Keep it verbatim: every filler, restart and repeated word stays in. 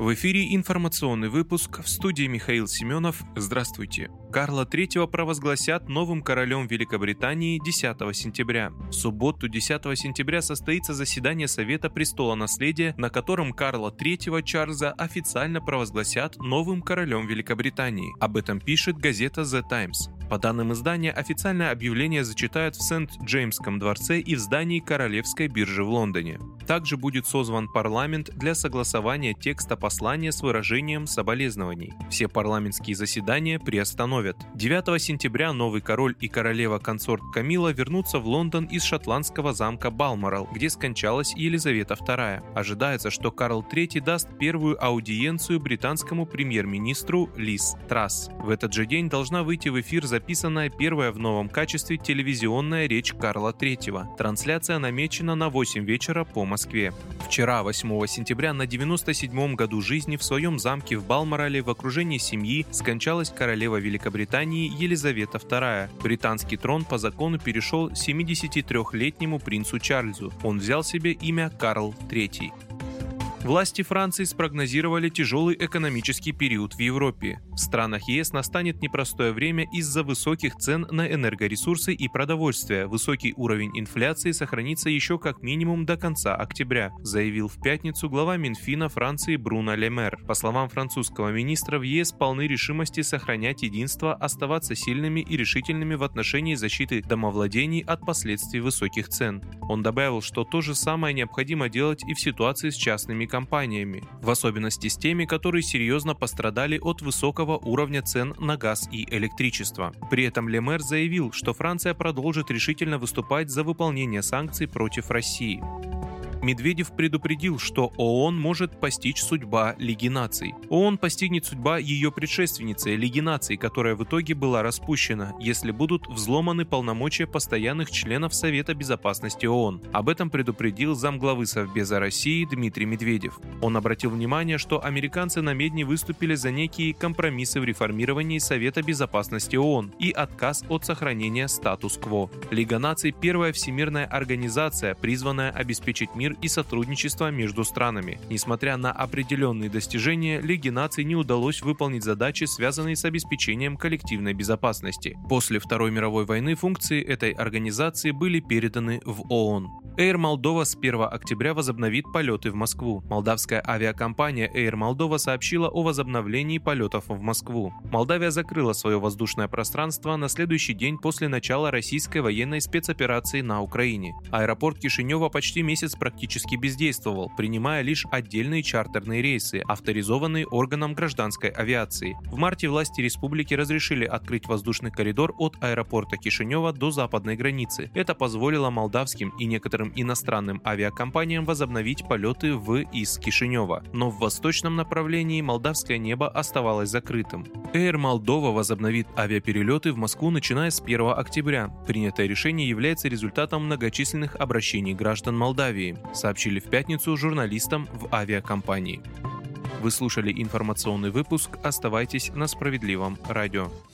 В эфире информационный выпуск, в студии Михаил Семенов. Здравствуйте. Карла третьего провозгласят новым королем Великобритании десятого сентября. В субботу десятого сентября состоится заседание Совета престолонаследия, на котором Карла третьего Чарльза официально провозгласят новым королем Великобритании. Об этом пишет газета The Times. По данным издания, официальное объявление зачитают в Сент-Джеймском дворце и в здании Королевской биржи в Лондоне. Также будет созван парламент для согласования текста послания с выражением соболезнований. Все парламентские заседания приостановят. девятого сентября новый король и королева-консорт Камилла вернутся в Лондон из шотландского замка Балморал, где скончалась Елизавета вторая. Ожидается, что Карл третий даст первую аудиенцию британскому премьер-министру Лиз Трасс. В этот же день должна выйти в эфир записанная первая в новом качестве телевизионная речь Карла третьего. Трансляция намечена на восемь вечера по Москве. Вчера, восьмого сентября, на девяносто седьмом году жизни в своем замке в Балморале в окружении семьи скончалась королева Великобритании Елизавета вторая. Британский трон по закону перешел семидесятитрёхлетнему принцу Чарльзу. Он взял себе имя Карл третий. Власти Франции спрогнозировали тяжелый экономический период в Европе. В странах ЕС настанет непростое время из-за высоких цен на энергоресурсы и продовольствие. Высокий уровень инфляции сохранится еще как минимум до конца октября, заявил в пятницу глава Минфина Франции Бруно Ле Мэр. По словам французского министра, в ЕС полны решимости сохранять единство, оставаться сильными и решительными в отношении защиты домовладений от последствий высоких цен. Он добавил, что то же самое необходимо делать и в ситуации с частными компаниями, в особенности с теми, которые серьезно пострадали от высокого уровня цен на газ и электричество. При этом Ле Мэр заявил, что Франция продолжит решительно выступать за выполнение санкций против России. Медведев предупредил, что ООН может постичь судьба Лиги наций. ООН постигнет судьба ее предшественницы Лиги наций, которая в итоге была распущена, если будут взломаны полномочия постоянных членов Совета безопасности ООН. Об этом предупредил замглавы Совбеза России Дмитрий Медведев. Он обратил внимание, что американцы намедни выступили за некие компромиссы в реформировании Совета безопасности ООН и отказ от сохранения статус-кво. Лига наций – первая всемирная организация, призванная обеспечить мир и сотрудничество между странами. Несмотря на определенные достижения, Лиге наций не удалось выполнить задачи, связанные с обеспечением коллективной безопасности. После Второй мировой войны функции этой организации были переданы в ООН. Air Moldova с первого октября возобновит полеты в Москву. Молдавская авиакомпания Air Moldova сообщила о возобновлении полетов в Москву. Молдавия закрыла свое воздушное пространство на следующий день после начала российской военной спецоперации на Украине. Аэропорт Кишинева почти месяц практически бездействовал, принимая лишь отдельные чартерные рейсы, авторизованные органом гражданской авиации. В марте власти республики разрешили открыть воздушный коридор от аэропорта Кишинева до западной границы. Это позволило молдавским и некоторым иностранным авиакомпаниям возобновить полеты в и из Кишинева, но в восточном направлении молдавское небо оставалось закрытым. Air Moldova возобновит авиаперелеты в Москву, начиная с первого октября. Принятое решение является результатом многочисленных обращений граждан Молдавии, сообщили в пятницу журналистам в авиакомпании. Вы слушали информационный выпуск. Оставайтесь на Справедливом радио.